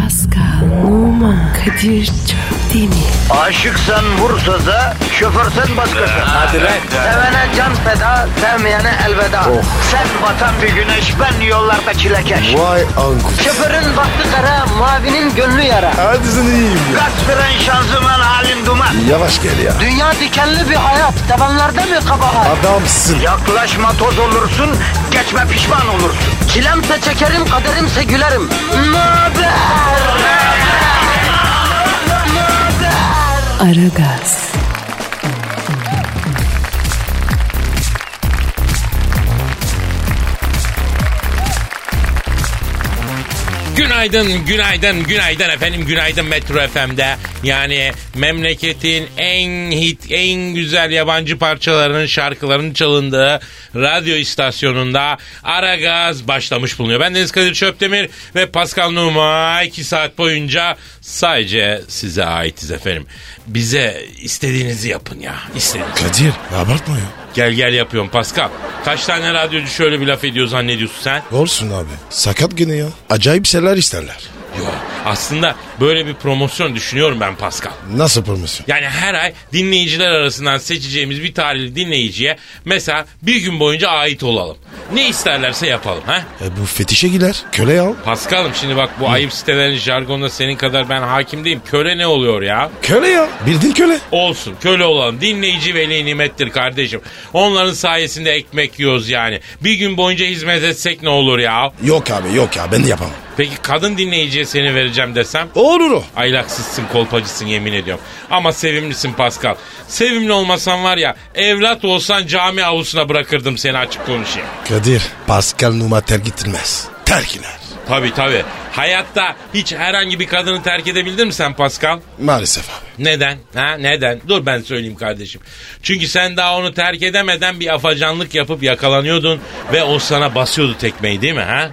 Pascal, Oman, Kadir çok değil mi? Aşıksan vursa da, şoförsen başkasın. Hadi lan. Sevene can feda, sevmeyene elveda. Sen batan bir güneş, ben yollarda çilekeş. Vay anku. Şoförün baktı kara, mavinin gönlü yara. Hadi sen iyiyim ya. Kasperen şanzıman halin duman. Yavaş gel ya. Dünya dikenli bir hayat, sevenlerde mi kabahar? Adamsın. Yaklaşma toz olursun, geçme pişman olursun. Çilemse çekerim, kaderimse gülerim. Möber! Aragaz. Günaydın efendim, günaydın Metro FM'de. Yani memleketin en hit, en güzel yabancı parçalarının, şarkılarının çalındığı radyo istasyonunda Aragaz başlamış bulunuyor. Ben Deniz Kadir Çöptemir ve Pascal Numa 2 saat boyunca sadece size aitiz efendim. Bize istediğinizi yapın ya, istediğinizi. Kadir abartma ya. Gel yapıyorum Pascal. Kaç tane radyocu şöyle bir laf ediyor zannediyorsun sen? Olsun abi. Sakat gene ya. Acayip şeyler isterler. Yok, aslında böyle bir promosyon düşünüyorum ben Pascal. Nasıl promosyon? Yani her ay dinleyiciler arasından seçeceğimiz bir tarihli dinleyiciye mesela bir gün boyunca ait olalım. Ne isterlerse yapalım ha? Bu fetişe girer. Köle al. Pascal'ım şimdi bak bu ayıp sitelerin jargonunda senin kadar ben hakim değilim. Köle ne oluyor ya? Köle ya. Bildin köle. Olsun, köle olalım. Dinleyici veli nimettir kardeşim. Onların sayesinde ekmek yiyoruz yani. Bir gün boyunca hizmet etsek ne olur ya? Yok abi yok ya, ben de yapamam. Peki kadın dinleyiciye seni vereceğim desem? Olur o. Aylaksızsın, kolpacısın yemin ediyorum. Ama sevimlisin Pascal. Sevimli olmasan var ya, evlat olsan cami avlusuna bırakırdım seni, açık konuşayım. Kadir, Pascal Numa terk ettirmez. Terk eder. Tabii. Hayatta hiç herhangi bir kadını terk edebildin mi sen Pascal? Maalesef abi. Neden? Neden? Dur ben söyleyeyim kardeşim. Çünkü sen daha onu terk edemeden bir afacanlık yapıp yakalanıyordun ve o sana basıyordu tekmeyi, değil mi ha?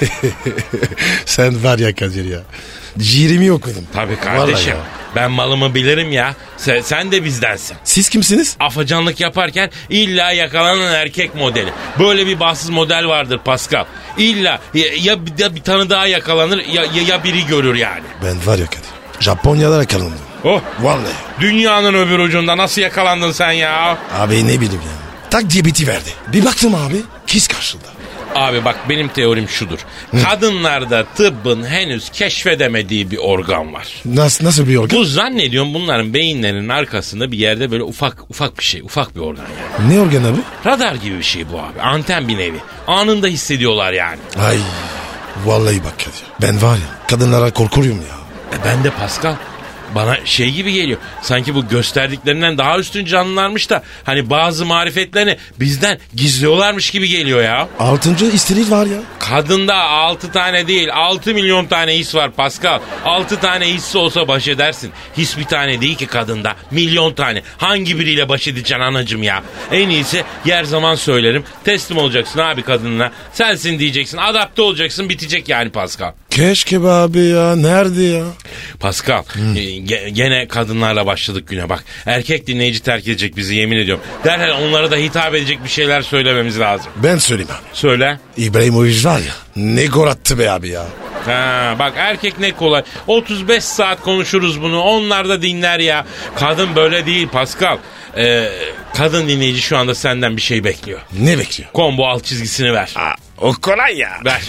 Sen var ya Kadir ya. Ciğerimi yok benim. Tabii kardeşim. Ben malımı bilirim ya. Sen de bizdensin. Siz kimsiniz? Afacanlık yaparken illa yakalanan erkek modeli. Böyle bir bahtsız model vardır Pascal. İlla ya bir tane daha yakalanır ya biri görür yani. Ben var ya Kadir. Japonya'da yakalandım. Oh. Vallahi. Dünyanın öbür ucunda nasıl yakalandın sen ya? Abi ne bileyim yani. Tak diyabeti verdi. Bir baktım abi. Kız karşıldı. Abi bak benim teorim şudur. Kadınlarda tıbbın henüz keşfedemediği bir organ var. Nasıl bir organ? Bu zannediyorum bunların beyinlerinin arkasında bir yerde böyle ufak bir şey. Ufak bir organ yani. Ne organ abi? Radar gibi bir şey bu abi. Anten bir nevi. Anında hissediyorlar yani. Ay vallahi bak Kadir. Ben var ya kadınlara korkuyorum ya. Ben de Pascal. Bana şey gibi geliyor. Sanki bu gösterdiklerinden daha üstün canlılarmış da hani bazı marifetlerini bizden gizliyorlarmış gibi geliyor ya. 6. istiridye var ya. Kadında 6 tane değil 6 milyon tane his var Pascal. 6 tane hissi olsa baş edersin. His bir tane değil ki kadında. Milyon tane. Hangi biriyle baş edeceksin anacım ya? En iyisi her zaman söylerim. Teslim olacaksın abi kadınla. Sensin diyeceksin. Adapte olacaksın. Bitecek yani Pascal. Keşke be abi ya. Nerede ya? Pascal gene kadınlarla başladık güne bak. Erkek dinleyici terk edecek bizi yemin ediyorum. Derhal onlara da hitap edecek bir şeyler söylememiz lazım. Ben söyleyeyim abi. Söyle. İbrahimovic var ya. Ne gol attı be abi ya. Ha, bak erkek ne kolay. 35 saat konuşuruz bunu. Onlar da dinler ya. Kadın böyle değil Pascal. Kadın dinleyici şu anda senden bir şey bekliyor. Ne bekliyor? Combo alt çizgisini ver. O kolay ya. Ver.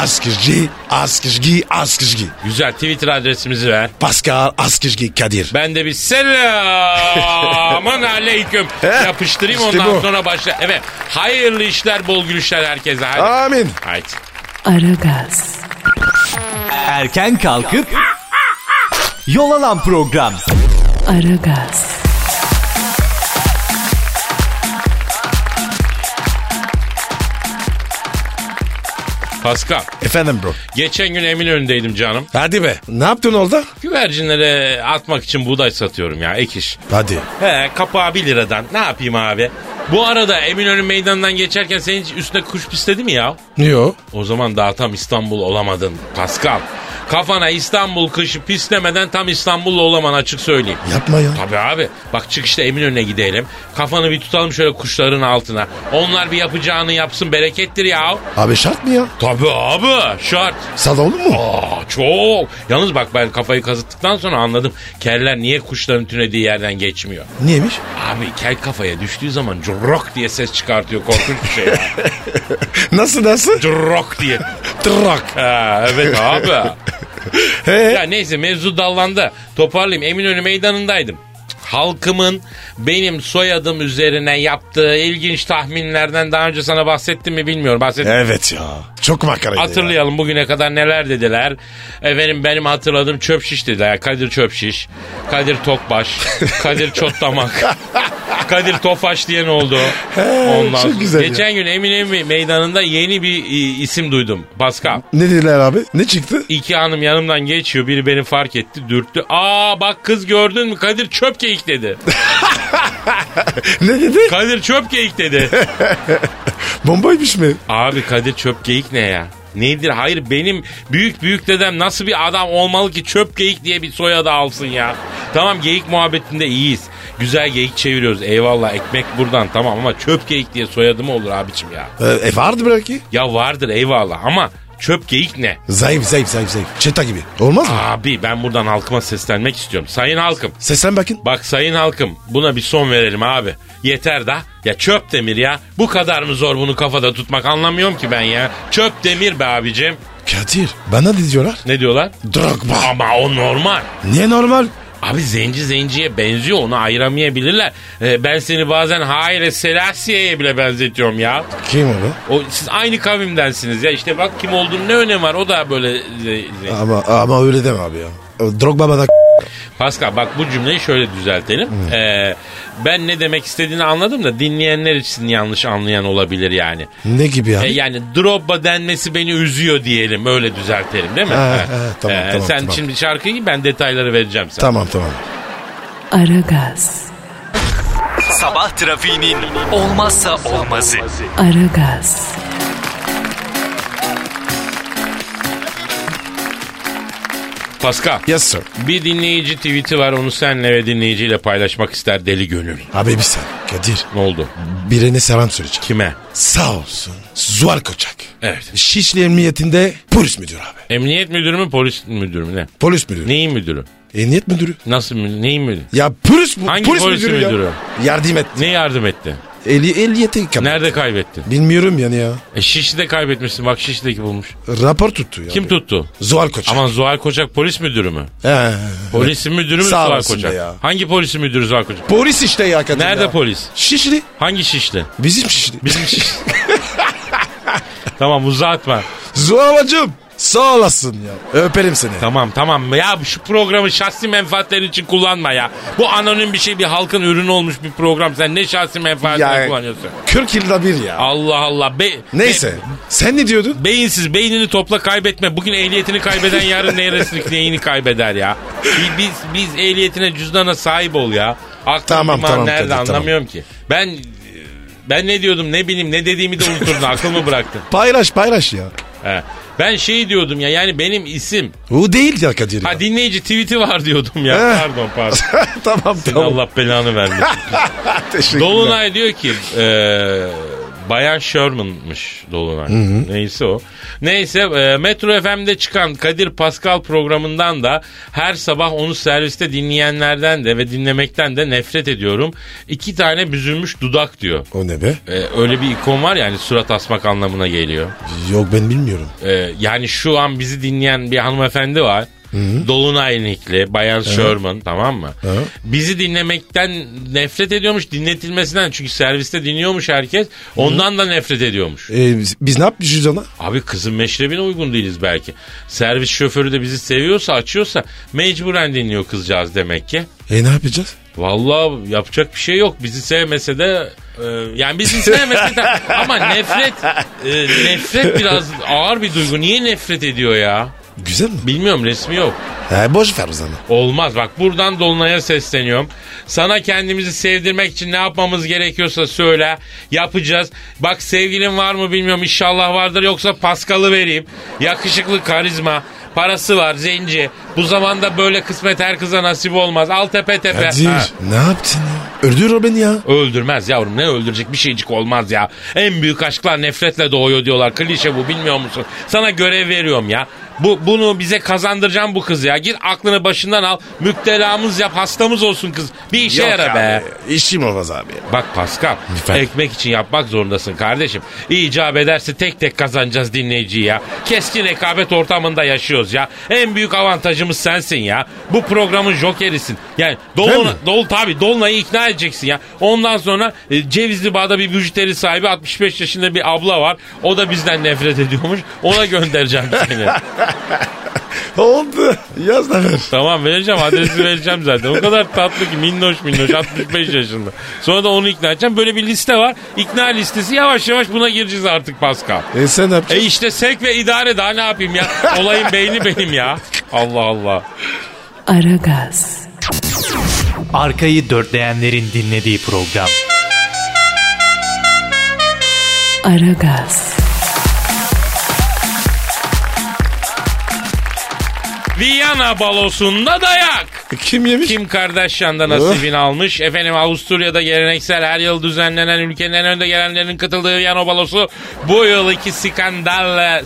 Askışgi. Güzel, Twitter adresimizi ver. Pascal Askışgi Kadir. Ben de bir selamun aleyküm yapıştırayım İşte ondan bu. sonra başla. Evet, hayırlı işler, bol gülüşler herkese. Hadi. Amin. Haydi. Aragaz. Erken kalkıp yol alan program. Aragaz. Pascal, Efendim bro. geçen gün Eminönü'ndeydim canım. Hadi be. Ne yaptın orada? Güvercinlere atmak için buğday satıyorum ya, ek iş. Hadi. Kapağı 1 liradan. Ne yapayım abi? Bu arada Eminönü meydanından geçerken senin hiç üstüne kuş pisledi mi ya? Yok. O zaman daha tam İstanbul olamadın Pascal. Kafana İstanbul kışı pislemeden tam İstanbullu olamam, açık söyleyeyim. Yapma ya. Tabii abi. Bak çıkışta Eminönü'ne gidelim. Kafanı bir tutalım şöyle kuşların altına. Onlar bir yapacağını yapsın, berekettir ya. Abi şart mı ya? Tabii abi, şart. Sana olur mu? Aa, çok. Yalnız bak ben kafayı kazıttıktan sonra anladım. Keller niye kuşların tünediği yerden geçmiyor. Niyeymiş? Abi kel kafaya düştüğü zaman currok diye ses çıkartıyor. Korkunç bir şey ya. Nasıl? Currok diye. Tırrak. Ha, evet abi. He. Ya neyse, mevzu dallandı. Toparlayayım. Eminönü meydanındaydım. Halkımın benim soyadım üzerine yaptığı ilginç tahminlerden daha önce sana bahsettim mi bilmiyorum. Bahsettim. Evet ya. Çok makaraydı. Hatırlayalım bugüne kadar neler dediler. Efendim benim hatırladığım çöp şiş dediler. Kadir çöp şiş, Kadir tokbaş, Kadir çotlamak, Kadir tofaş diyen oldu. Ondan çok güzel geçen ya. gün Eminönü meydanında yeni bir isim duydum. Pascal. Ne dediler abi? Ne çıktı? İki hanım yanımdan geçiyor. Biri beni fark etti, dürttü. Aa bak kız gördün mü? Kadir çöpgeyik dedi. Ne dedi? Kadir çöpgeyik dedi. Bombaymış mı? Abi Kadir çöpgeyik ne ya? Nedir? Hayır, benim büyük dedem nasıl bir adam olmalı ki çöpgeyik diye bir soyadı alsın ya? Tamam, geyik muhabbetinde iyiyiz. Güzel geyik çeviriyoruz. Eyvallah, ekmek buradan tamam, ama çöpgeyik diye soyadı mı olur abicim ya? Vardı belki. Ya vardır eyvallah ama çöpgeyik ne? Zayıf. Çeta gibi. Olmaz mı? Abi ben buradan halkıma seslenmek istiyorum. Sayın halkım. Seslen bakın. Bak sayın halkım, buna bir son verelim abi. Yeter da. Ya Çöpdemir ya. Bu kadar mı zor bunu kafada tutmak, anlamıyorum ki ben ya. Çöpdemir be abicim. Kadir bana ne diyorlar? Ne diyorlar? Drogba. Ama o normal. Niye normal? Abi zenci zenciye benziyor, onu ayıramayabilirler. Ben seni bazen Haile Selassiye'ye bile benzetiyorum ya. Kim o be? O, siz aynı kavimdensiniz ya, işte bak kim olduğunu ne önemi var, o da böyle... Ama öyle deme abi ya. Drogba bana Pascal bak bu cümleyi şöyle düzeltelim. Ben ne demek istediğini anladım da dinleyenler için yanlış anlayan olabilir yani. Ne gibi abi? Yani Drogba denmesi beni üzüyor diyelim, öyle düzeltelim değil mi? Tamam, Sen tamam. şimdi şarkıyı, ben detayları vereceğim sana. Tamam. Aragaz, Sabah trafiğinin olmazsa olmazı. Aragaz, Pascal, Yes sir. bir dinleyici tweet'i var, onu seninle ve dinleyiciyle paylaşmak ister deli gönül. Abi bir sen. Kadir. Ne oldu? Birine selam söyleyeceğim. Kime? Sağ olsun. Zuhal Koçak. Evet. Şişli Emniyetinde polis müdürü abi. Emniyet müdürü mü, polis müdürü mü, ne? Polis müdürü. Neyin müdürü? Emniyet müdürü. Nasıl neyin müdürü? Ya polis Hangi polis polis müdürü, müdürü? ya. Yardım et. Ne yardım etti? Ehliyeti yıkamak. Nerede kaybettin? Bilmiyorum yani ya. Şişli'de kaybetmişsin, bak Şişli'deki bulmuş. Rapor tuttu ya. Kim tuttu? Zuhal Koçak. Aman Zuhal Koçak polis müdürü mü? He. Polisin müdürü mü Sağ Zuhal olasın Koçak? be ya. Hangi polisin müdürü Zuhal Koçak? Polis işte ya Kadir. Nerede ya. polis? Şişli. Hangi Şişli? Bizim Şişli. Bizim Şişli. Tamam uzatma. Zuhal bacım. Sağ olasın ya. Öperim seni. Tamam. Ya şu programı şahsi menfaatleri için kullanma ya. Bu anonim bir şey, bir halkın ürünü olmuş bir program. Sen ne şahsi menfaatleri kullanıyorsun? 40 yılda bir ya. Allah Allah. Neyse. Sen ne diyordun? Beyinsiz, beynini topla, kaybetme. Bugün ehliyetini kaybeden yarın neyini kaybeder ya. Biz ehliyetine, cüzdana sahip ol ya. Aklım Tamam, nerede Kadir, anlamıyorum ki. Ben ne diyordum, ne bileyim, ne dediğimi de unuturdun. Aklımı bıraktın. Paylaş ya. He. Ben diyordum ya, yani benim isim. O değil ya Kadir ya. Ha, dinleyici tweet'i var diyordum ya. Pardon. tamam. Allah belanı vermesin. Teşekkürler. Dolunay diyor ki Bayan Sherman'mış Dolunay. Neyse o. Neyse Metro FM'de çıkan Kadir Pascal programından da her sabah onu serviste dinleyenlerden de ve dinlemekten de nefret ediyorum. 2 tane büzülmüş dudak diyor. O ne be? Öyle bir ikon var, yani surat asmak anlamına geliyor. Yok ben bilmiyorum. Yani şu an bizi dinleyen bir hanımefendi var. Dolunay nikli Bayan Sherman, tamam mı? Bizi dinlemekten nefret ediyormuş, dinletilmesinden, çünkü serviste dinliyormuş herkes. Ondan da nefret ediyormuş. Biz ne yapmışız ona? Abi kızın meşrebine uygun değiliz belki. Servis şoförü de bizi seviyorsa, açıyorsa mecburen dinliyor kızcağız demek ki. Ne yapacağız? Vallahi yapacak bir şey yok. Bizi sevmese de yani bizi sevmese de ama nefret biraz ağır bir duygu. Niye nefret ediyor ya? Güzel mi? Bilmiyorum, resmi yok. Boş ver o zaman. Olmaz, bak buradan Dolunay'a sesleniyorum. Sana kendimizi sevdirmek için ne yapmamız gerekiyorsa söyle, yapacağız. Bak sevgilin var mı bilmiyorum, inşallah vardır, yoksa Pascal'ı vereyim. Yakışıklı, karizma, Parası var, zenci. Bu zamanda böyle kısmet her kıza nasip olmaz. Al tepe tepe. Kadir Ha. ne yaptın ya? Öldür o beni ya. Öldürmez yavrum, ne öldürecek, bir şeycik olmaz ya. En büyük aşklar nefretle doğuyor diyorlar. Klişe bu, bilmiyor musun? Sana görev veriyorum ya. Bunu bize kazandıracağım bu kız ya. Git aklını başından al. Müptelamız yap, hastamız olsun kız. Bir işe Yok yara abi, be. İşim olmaz abi. Bak Pascal, Lütfen. ekmek için yapmak zorundasın kardeşim. İcap ederse tek tek kazanacağız dinleyiciyi ya. Keskin rekabet ortamında yaşıyoruz ya. En büyük avantajımız sensin ya. Bu programın jokerisin. Yani Dolunay'ı ikna edeceksin ya. Ondan sonra Cevizli Bağ'da bir müşteri sahibi 65 yaşında bir abla var. O da bizden nefret ediyormuş. Ona göndereceğim seni. Oldu. Yaz da ver. Tamam, vereceğim, adresi vereceğim zaten. O kadar tatlı ki, minnoş 65 yaşında. Sonra da onu ikna edeceğim. Böyle bir liste var. İkna listesi, yavaş yavaş buna gireceğiz artık Pascal. Sen ne yapacaksın? İşte sevk ve idare, daha ne yapayım ya? Olayın beyni benim ya. Allah Allah. Aragaz, Arkayı dörtleyenlerin dinlediği program. Aragaz, Viyana balosunda dayak. Kim yemiş? Kim Kardashian da nasibini almış. Efendim, Avusturya'da geleneksel her yıl düzenlenen ülkenin en önde gelenlerin katıldığı Viyana balosu bu yıl iki Skandal.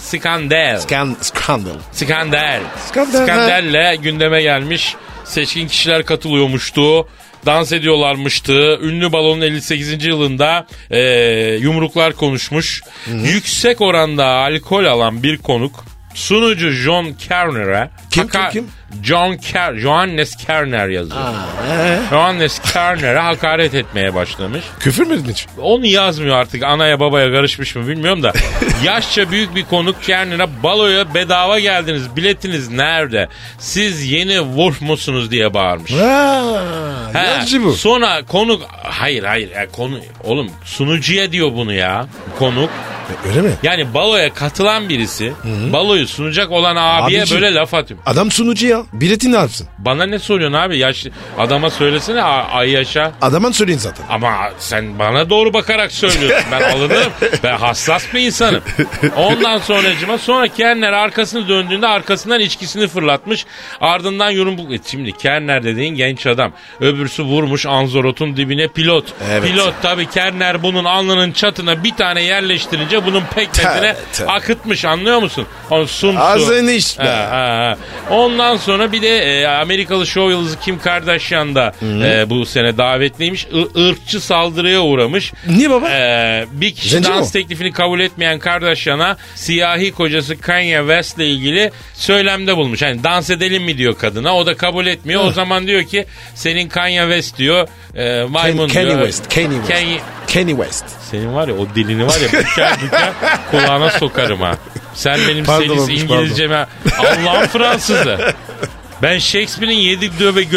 skandalle gündeme gelmiş. Seçkin kişiler katılıyormuştu. Dans ediyorlarmıştı. Ünlü balonun 58. yılında yumruklar konuşmuş. Yüksek oranda alkol alan bir konuk sunucu John Kerner'e Kim? Johannes Kerner yazıyor. Johannes Kerner'e hakaret etmeye başlamış. Küfür mü etmiş? Onu yazmıyor artık, anaya babaya karışmış mı bilmiyorum da. Yaşça büyük bir konuk Kerner'e baloya bedava geldiniz, biletiniz nerede? Siz yeni Wolf musunuz diye bağırmış. Yazıcı bu. Sonra konuk hayır konu oğlum, sunucuya diyor bunu ya, konuk. Öyle mi? Yani baloya katılan birisi baloyu sunacak olan abiye Abici, böyle laf atıyor. Adam sunucu ya. Bileti ne yapsın? Bana ne soruyorsun abi? Yaşlı adama söylesene, ay yaşa. Adama söyleyin zaten. Ama sen bana doğru bakarak söylüyorsun. Ben alınırım. Ben hassas bir insanım. Ondan sonra Kerner arkasını döndüğünde arkasından içkisini fırlatmış. Ardından yorum... Şimdi Kerner dediğin genç adam. Öbürsü vurmuş Anzorot'un dibine pilot. Evet. Pilot tabii, Kerner bunun alnının çatına bir tane yerleştirince bunun pekmezine akıtmış, anlıyor musun? Onu ağzını iç be. Ondan sonra bir de Amerikalı show yıldızı Kim Kardashian da bu sene davetliymiş. Irkçı saldırıya uğramış. Niye baba? Bir kişi Zenci dans mi? teklifini kabul etmeyen Kardashian'a siyahi kocası Kanye West'le ilgili söylemde bulmuş. Hani dans edelim mi diyor kadına. O da kabul etmiyor. O zaman diyor ki senin Kanye West diyor, maymun Kanye diyor. Kanye West. Senin var ya o dilini var ya büker kulağına sokarım ha. Sen benim selis İngilizceme Allah'ın Fransızı. Ben Shakespeare'in 7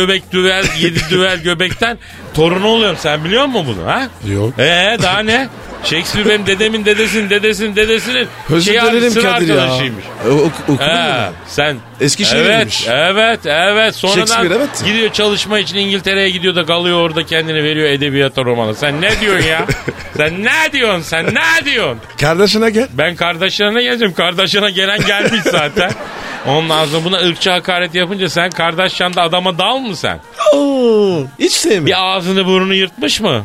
düvel göbekten torunu oluyorum. Sen biliyor musun bunu ha? Yok. Daha ne? Shakespeare benim dedemin dedesinin Özür dilerim sıra Kadir ya. arkadaşıymış. Sen Eskişehir'iymiş. Evet. Sonradan evet. gidiyor çalışma için İngiltere'ye gidiyor da kalıyor orada, kendini veriyor edebiyata, romana. Sen ne diyorsun ya? Sen ne diyorsun? Kardeşine gel. Ben kardeşlerine geleceğim. Kardeşine gelen gelmiş zaten. Ondan sonra buna ırkçı hakaret yapınca sen Kardashian'da adama dal mı sen? Hiç sevmiyorum. Bir ağzını burnunu yırtmış mı?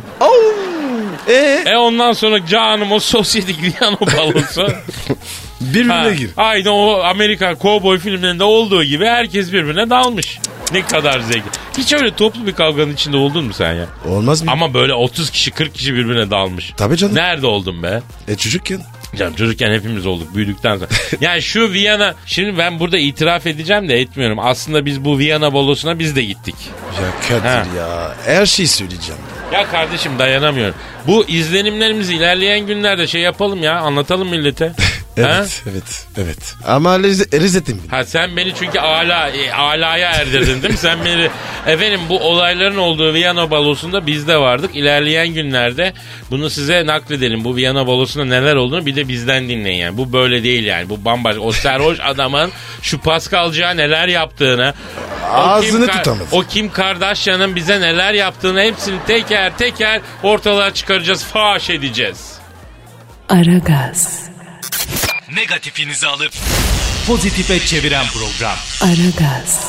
Ondan sonra canım o sosyetik Viyana balosu. Birbirine gir. Aynı o Amerikan kovboy filmlerinde olduğu gibi herkes birbirine dalmış. Ne kadar zevkli. Hiç öyle toplu bir kavganın içinde oldun mu sen ya? Olmaz mı? Ama böyle 30 kişi 40 kişi birbirine dalmış. Tabii canım. Nerede oldun be? Çocukken. Canım çocukken hepimiz olduk, büyüdükten sonra. Yani şu Viyana, şimdi ben burada itiraf edeceğim de etmiyorum. Aslında biz bu Viyana balosuna biz de gittik. Ya Kadir ya, her şeyi söyleyeceğim. Ya kardeşim dayanamıyorum. Bu izlenimlerimizi ilerleyen günlerde yapalım ya, anlatalım millete. Evet. Ama Rizetim. Sen beni çünkü alaya erdirdin değil mi? Sen beni, efendim bu olayların olduğu Viyana balosunda biz de vardık. İlerleyen günlerde bunu size nakledelim. Bu Viyana balosunda neler olduğunu bir de bizden dinleyin yani. Bu böyle değil yani. Bu bambaşka. O sarhoş adamın şu Pascal'cığa neler yaptığını, ağzını tutamadı. O Kim Kardashian'ın bize neler yaptığını hepsini teker teker ortalığa çıkaracağız, faş edeceğiz. Aragaz, Negatifinizi alıp pozitife çeviren program. Aragaz,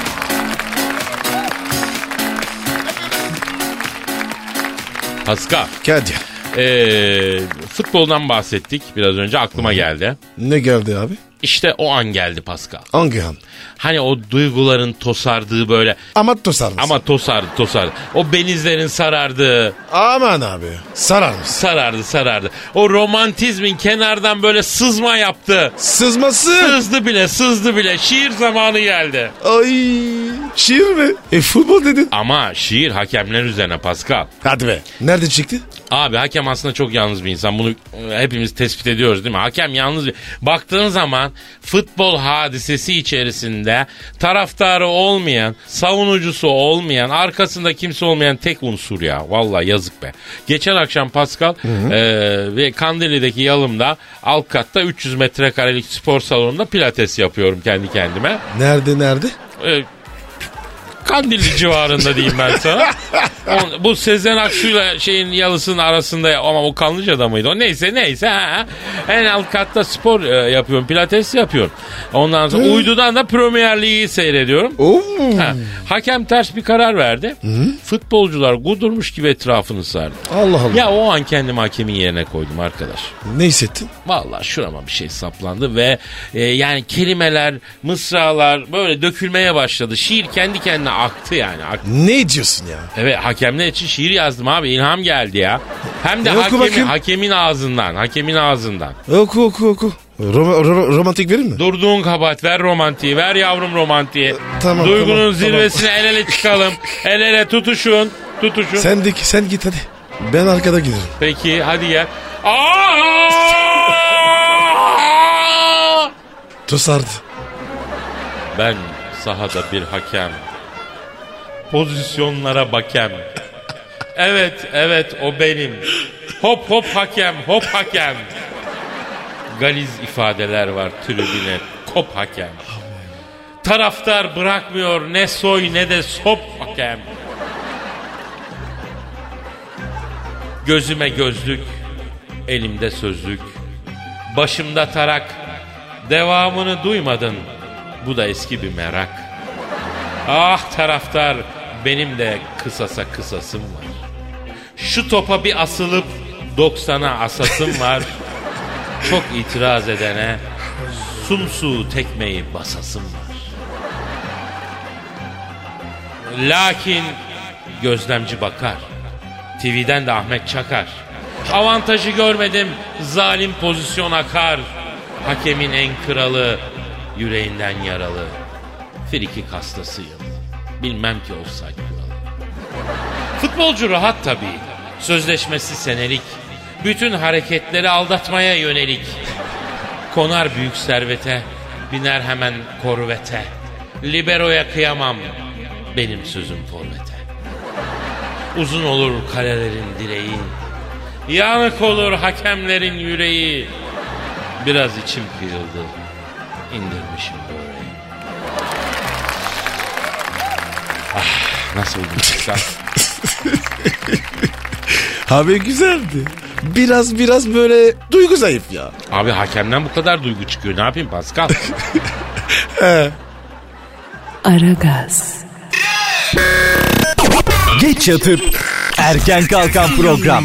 Pascal, Kadir. futboldan bahsettik biraz önce, aklıma geldi. Ne geldi abi? İşte o an geldi Pascal. Hangi an? Hani o duyguların tosardığı böyle, Ama tosar mısın? ama tosardı. O benizlerin sarardığı, Aman abi. Sarar mısın? sarardı. O romantizmin kenardan böyle sızma yaptı. Sızması. Sızdı bile. Şiir zamanı geldi. Ay. Şiir mi? Futbol dedin. Ama şiir hakemler üzerine Pascal. Hadi be. Nerede çıktı? Abi hakem aslında çok yalnız bir insan. Bunu hepimiz tespit ediyoruz değil mi? Hakem yalnız bir... Baktığın zaman futbol hadisesi içerisinde taraftarı olmayan, savunucusu olmayan, arkasında kimse olmayan tek unsur ya. Vallahi yazık be. Geçen akşam Pascal ve Kandilli'deki yalımda alt katta 300 metrekarelik spor salonunda pilates yapıyorum kendi kendime. Nerede? Kandilli civarında diyeyim ben sana. Bu Sezen Aksu'yla şeyin yalısının arasında, ama o Kanlıca'da mıydı o? Neyse. En alt katta spor yapıyorum. Pilates yapıyorum. Ondan sonra uydudan da Premier Lig'i seyrediyorum. Hakem ters bir karar verdi. Futbolcular kudurmuş gibi etrafını sardı. Allah Allah. Ya o an kendimi hakemin yerine koydum arkadaş. Ne hissettin? Vallahi şurama bir şey saplandı ve yani kelimeler, mısralar böyle dökülmeye başladı. Şiir kendi kendine aktı yani. Ne diyorsun ya? Evet, hakemler için şiir yazdım abi. İlham geldi ya. Hem de Oku bakayım. hakemin ağzından. Oku. Romantik verir mi? Durduğun kabahat, ver romantiği, ver yavrum romantiği. Tamam, Duygunun tamam. zirvesine el ele çıkalım. El ele tutuşun. Sen git hadi. Ben arkada giderim. Peki hadi gel. Tosardı. Ben sahada bir hakem. Pozisyonlara bakem. Evet o benim. Hop hakem. Galiz ifadeler var tribüne. Kop hakem. Taraftar bırakmıyor ne soy ne de sop hakem. Gözüme gözlük, elimde sözlük. Başımda tarak, devamını duymadın. Bu da eski bir merak. Ah taraftar, benim de kısasım var. Şu topa bir asılıp 90'a asasım var. Çok itiraz edene sumsu tekmeyi basasım var. Lakin gözlemci bakar. TV'den de Ahmet Çakar. Avantajı görmedim, zalim pozisyon akar. Hakemin en kralı, yüreğinden yaralı. Frikik hastasıyım. Bilmem ki offside kuralı. Futbolcu rahat tabii. Sözleşmesi senelik. Bütün hareketleri aldatmaya yönelik. Konar büyük servete. Biner hemen korvete. Libero'ya kıyamam. Benim sözüm forvete. Uzun olur kalelerin direği. Yanık olur hakemlerin yüreği. Biraz içim kıyıldı. İndirmişim böreği. Nasıl buldun Pascal? Abi güzeldi. Biraz böyle duygu zayıf ya. Abi hakemden bu kadar duygu çıkıyor. Ne yapayım Pascal? Aragaz, Geç yatıp erken kalkan program.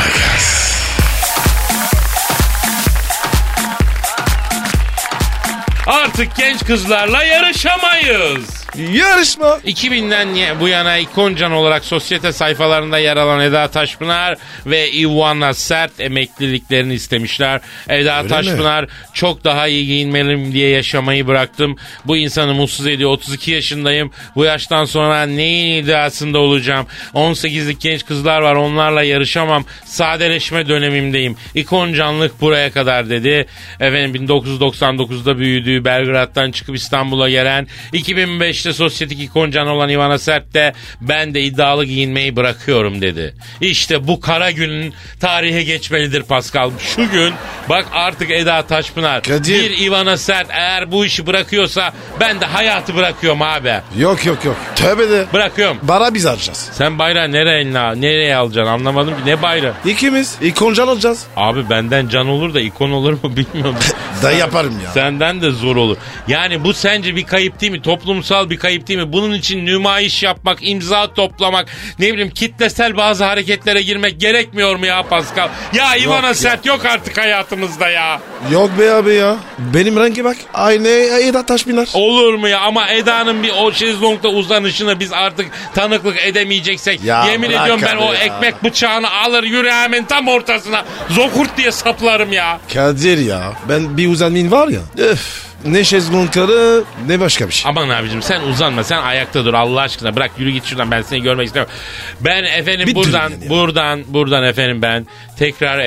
Artık genç kızlarla yarışamayız. Yarışma. 2000'den bu yana ikoncan olarak sosyete sayfalarında yer alan Eda Taşpınar ve Ivana Sert emekliliklerini istemişler. Eda Öyle Taşpınar mi? Çok daha iyi giyinmeliyim diye yaşamayı bıraktım. Bu insanı mutsuz ediyor. 32 yaşındayım. Bu yaştan sonra neyin iddiasında olacağım? 18'lik genç kızlar var, onlarla yarışamam. Sadeleşme dönemimdeyim. İkoncanlık buraya kadar dedi. Efendim 1999'da büyüdüğü Belgrad'dan çıkıp İstanbul'a gelen 2005 İşte sosyetik ikoncan olan Ivana Sert de ben de iddialı giyinmeyi bırakıyorum dedi. İşte bu kara günün tarihe geçmelidir Pascal. Şu gün bak artık Eda Taşpınar Kadir. bir Ivana Sert eğer bu işi bırakıyorsa ben de hayatı bırakıyorum abi. Yok. Tövbe de. Bırakıyorum. Bara biz alacağız. Sen bayrağı nereye alacaksın anlamadım ki, ne bayrağı? İkimiz ikoncan alacağız. Abi benden can olur da ikon olur mu bilmiyorum. Da yaparım ya. Senden de zor olur. Yani bu sence bir kayıp değil mi? Toplumsal bir kayıp değil mi? Bunun için nümayiş yapmak, imza toplamak, ne bileyim kitlesel bazı hareketlere girmek gerekmiyor mu ya Pascal? Ya Ivana Sert yok artık hayatımızda ya. Yok be abi ya. Benim rengi bak. Aynı Eda Taşpınar. Olur mu ya? Ama Eda'nın bir o şezlongda uzanışını biz artık tanıklık edemeyeceksek Ya yemin bırak ediyorum ben abi o ya. ekmek bıçağını alır yüreğimin tam ortasına zokurt diye saplarım ya. Kadir ya. Ben bir uzanmayın var ya. Öf. Ne şezlongları ne başka bir şey. Aman abicim sen uzanma, sen ayakta dur Allah aşkına, bırak yürü git şuradan, ben seni görmek istemiyorum. Ben efendim Bir buradan efendim ben tekrar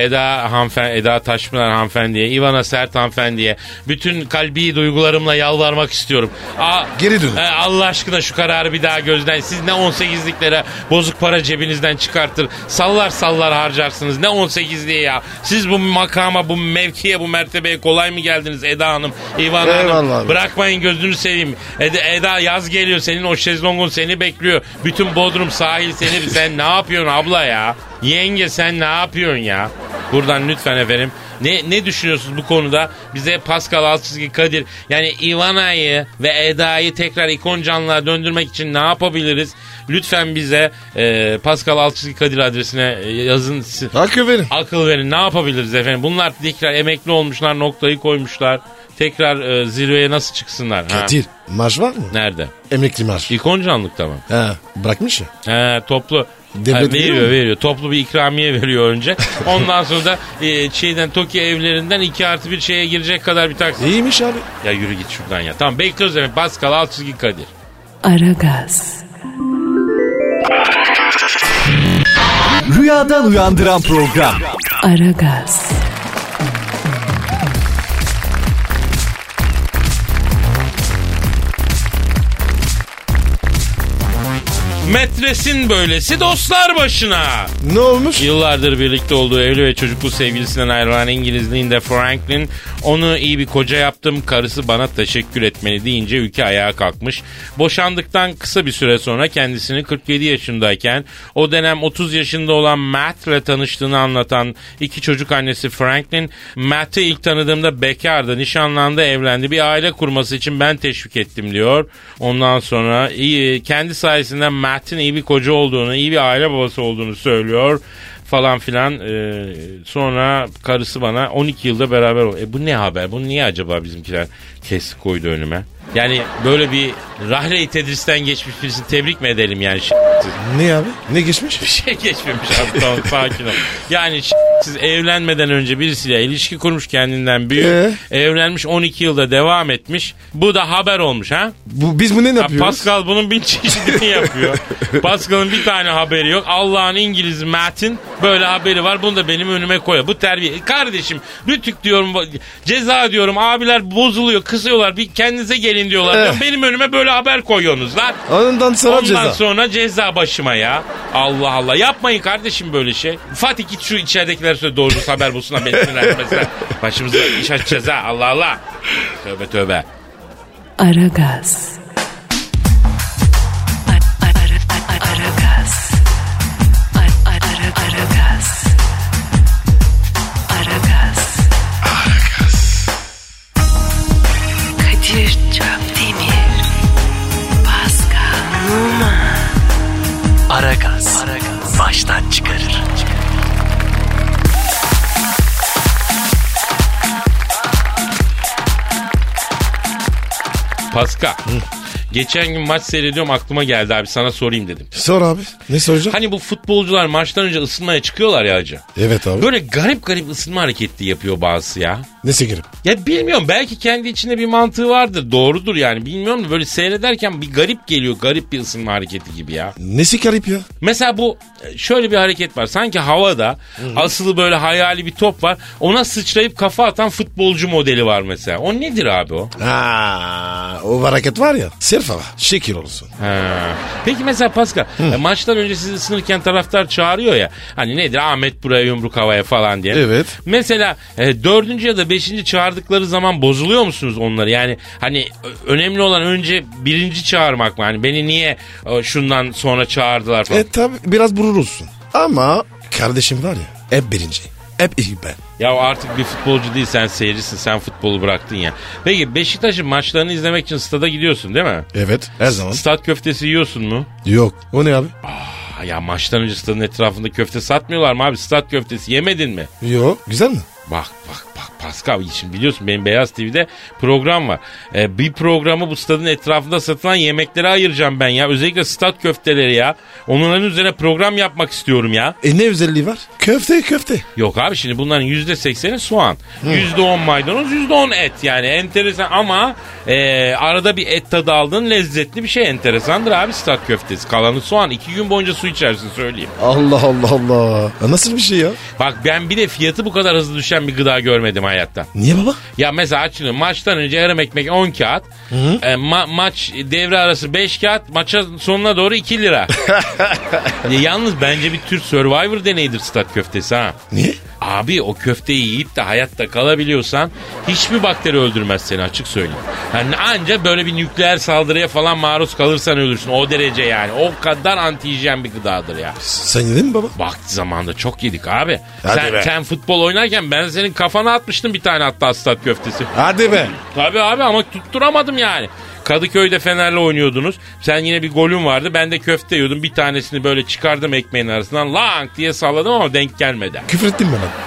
Eda Taşpınar hanımefendiye, Ivana Sert hanımefendiye bütün kalbi duygularımla yalvarmak istiyorum. Geri dön. Allah aşkına şu kararı bir daha gözden. Siz ne 18'liklere bozuk para cebinizden çıkartır sallar harcarsınız, ne 18'liğe ya. Siz bu makama, bu mevkiye, bu mertebeye kolay mı geldiniz Eda Hanım, Ivana Hanım? Eyvallah. Bırakmayın gözünü seveyim. Eda yaz geliyor, senin o şezlongun seni bekliyor. Bütün Bodrum sahil seni. Sen ne yapıyorsun abla ya? Yenge sen ne yapıyorsun ya? Buradan lütfen efendim. Ne düşünüyorsunuz bu konuda? Bize Pascal Altçizgi Kadir, yani Ivana'yı ve Eda'yı tekrar ikoncanlığa döndürmek için ne yapabiliriz? Lütfen bize Pascal Altçizgi Kadir adresine yazın. Akıl verin. Ne yapabiliriz efendim? Bunlar tekrar emekli olmuşlar, noktayı koymuşlar. Tekrar zirveye nasıl çıksınlar? Kadir maaş var mı? Nerede? Emekli maaş. İkoncanlıkta mı? Bırakmış ya. Toplu. Devlet Veriyor. Toplu bir ikramiye veriyor önce. Ondan sonra da Tokyo evlerinden 2+1 şeye girecek kadar bir taksi. İyiymiş abi. Ya yürü git şuradan ya. Tamam bekliyoruz efendim. Pascal Altçizgi Kadir. Aragaz, Rüyadan uyandıran program. Aragaz, Metresin böylesi dostlar başına. Ne olmuş? Yıllardır birlikte olduğu evli ve çocuklu sevgilisinden ayrılan İngiliz Linda Franklin onu iyi bir koca yaptım, karısı bana teşekkür etmeli deyince ülke ayağa kalkmış. Boşandıktan kısa bir süre sonra kendisini 47 yaşındayken o dönem 30 yaşında olan Matt ile tanıştığını anlatan iki çocuk annesi Franklin, Matt'i ilk tanıdığımda bekardı, nişanlandı, evlendi, bir aile kurması için ben teşvik ettim diyor. Ondan sonra kendi sayesinde Matt'in iyi bir koca olduğunu, iyi bir aile babası olduğunu söylüyor falan filan. Sonra karısı bana 12 yılda beraber oldu. Bu ne haber? Bunu niye acaba bizimkiler kesti koydu önüme? Yani böyle bir rahle-i tedristen geçmiş birisini tebrik mi edelim yani? Ne abi? Ne geçmiş? Bir şey geçmemiş abi, tamam sakin ol. Yani siz evlenmeden önce birisiyle ilişki kurmuş, kendinden büyük. Evlenmiş, 12 yılda devam etmiş. Bu da haber olmuş ha? Biz bunu ne yapıyoruz? Pascal bunun bir çeşidini yapıyor. Pascal'ın bir tane haberi yok. Allah'ın İngiliz Matt'in böyle haberi var. Bunu da benim önüme koyuyor. Bu terbiye. Kardeşim Rütük diyorum, ceza diyorum. Abiler bozuluyor, kızıyorlar. Bir kendinize gelin diyorlar. Benim önüme böyle haber koyuyorsunuz lan. Ondan sonra ceza başıma ya. Allah Allah. Yapmayın kardeşim böyle şey. Fatih git şu içeridekiler söyle doğru haber bulsunlar. Beni sinirlendirmesinler. Başımıza iş açacağız ha. Allah Allah. Tövbe. Aragaz. Aragaz. Kadir Çöpdemir, Pascal Numa. Aragaz. Baştan çıkarır. Pascal. Geçen gün maç seyrediyorum, aklıma geldi abi, sana sorayım dedim. Sor abi. Ne soracağım? Hani bu futbolcular maçtan önce ısınmaya çıkıyorlar ya hacı. Evet abi. Böyle garip ısınma hareketi yapıyor bazısı ya. Nesi garip? Ya bilmiyorum, belki kendi içinde bir mantığı vardır, doğrudur yani, bilmiyorum da böyle seyrederken bir garip geliyor, garip bir ısınma hareketi gibi ya. Nesi garip ya? Mesela bu şöyle bir hareket var, sanki havada asılı böyle hayali bir top var, ona sıçrayıp kafa atan futbolcu modeli var mesela. O nedir abi o? O hareket var ya. falan. Şekil olsun. Ha. Peki mesela Pascal maçtan önce sizi ısınırken taraftar çağırıyor ya. Hani nedir Ahmet buraya yumruk havaya falan diye. Evet. Mesela 4. ya da 5. çağırdıkları zaman bozuluyor musunuz onları? Yani hani önemli olan önce 1. çağırmak mı? Hani beni niye şundan sonra çağırdılar falan. Tabi biraz vurursun. Ama kardeşim var ya hep birinci. Hep iyi ben. Ya artık bir futbolcu değil sen seyircisin, sen futbolu bıraktın ya. Peki Beşiktaş'ın maçlarını izlemek için stada gidiyorsun değil mi? Evet her zaman. Stat köftesi yiyorsun mu? Yok o ne abi? Ya maçtan önce stadın etrafında köfte satmıyorlar mı abi? Stat köftesi yemedin mi? Yok güzel mi? Bak Pascal, şimdi biliyorsun benim Beyaz TV'de program var. Bir programı bu stadın etrafında satılan yemeklere ayıracağım ben ya. Özellikle stat köfteleri ya. Onların üzerine program yapmak istiyorum ya. Ne özelliği var? Köfte. Yok abi şimdi bunların %80'i soğan. %10 maydanoz, %10 et yani enteresan ama arada bir et tadı aldığın lezzetli bir şey, enteresandır abi stat köftesi. Kalanı soğan, 2 gün boyunca su içersin söyleyeyim. Allah. Nasıl bir şey ya? Bak ben bir de fiyatı bu kadar hızlı düşen bir gıda görmedim hayatta. Niye baba? Ya mesela açılıyor maçtan önce yarım ekmek 10 kağıt. Maç devre arası 5 kağıt, maça sonuna doğru 2 lira. Yalnız bence bir tür Survivor deneyidir stat köftesi ha. Niye? Abi o köfteyi yiyip de hayatta kalabiliyorsan hiçbir bakteri öldürmez seni, açık söyleyeyim. Yani anca böyle bir nükleer saldırıya falan maruz kalırsan ölürsün, o derece yani. O kadar anti-hijyen bir gıdadır ya. Sen yedin mi baba? Vakti zamanında çok yedik abi. Hadi be. Sen futbol oynarken ben senin kafana atmıştım bir tane hatta stat köftesi. Hadi be. Tabii abi ama tutturamadım yani. Kadıköy'de Fener'le oynuyordunuz. Sen yine bir golün vardı. Ben de köfte yiyordum. Bir tanesini böyle çıkardım ekmeğin arasından. Lang diye salladım ama denk gelmedi. Küfür ettin mi lan?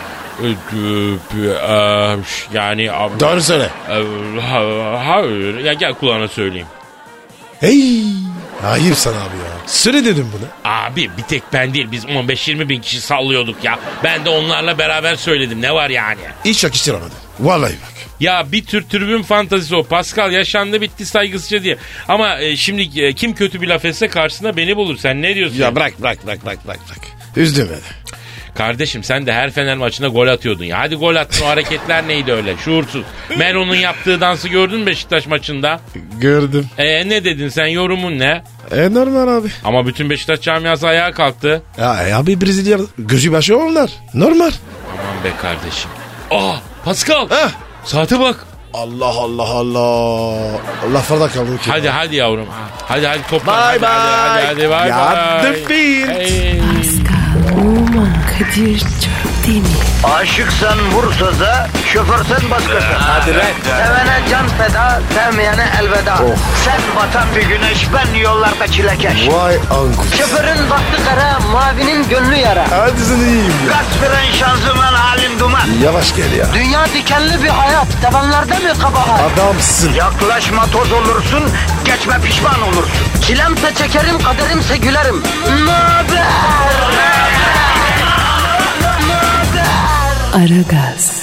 Yani... Doğru söyle. Hayır. Ya gel kulağına söyleyeyim. Hey. Hayır sana abi ya. Söyle dedim bunu. Abi bir tek ben değil. Biz 15-20 bin kişi sallıyorduk ya. Ben de onlarla beraber söyledim. Ne var yani? Hiç yakıştıramadım. Vallahi bak. Ya bir tür tribün fantazisi o. Pascal yaşandı bitti saygısızca diye. Ama şimdi kim kötü bir laf etse karşısında beni bulur. Sen ne diyorsun? Ya bırak. Üzdün beni. Kardeşim sen de her Fener maçında gol atıyordun ya. Hadi gol attın, o hareketler neydi öyle şuursuz. Melo'nun yaptığı dansı gördün mü Beşiktaş maçında? Gördüm. Ne dedin sen, yorumun ne? Normal abi. Ama bütün Beşiktaş camiası ayağa kalktı. Ya abi Brezilya gözü başı onlar. Normal. Aman be kardeşim. Pascal. Heh. Saate bak. Allah. Laflarda kaldım ki. Hadi yavrum. Hadi toplan. Bye. Hadi bye. Ya the fiend. Hey. Pascal, Oman, Kadir çok değil mi? Aşıksan vursa da, şoförsen başkasın. Hadi be. Sevene can feda, sevmeyene elveda. Sen batan bir güneş, ben yollarda çilekeş. Vay anku. Şoförün baktı kara, mavinin gönlü yara. Hadi sen iyiyim ya. Kasperen şanzıman halin duman. Yavaş gel ya. Dünya dikenli bir hayat, sevenlerde mi kabahar? Adamsın. Yaklaşma toz olursun, geçme pişman olursun. Çilemse çekerim, kaderimse gülerim. Möber! Aragaz.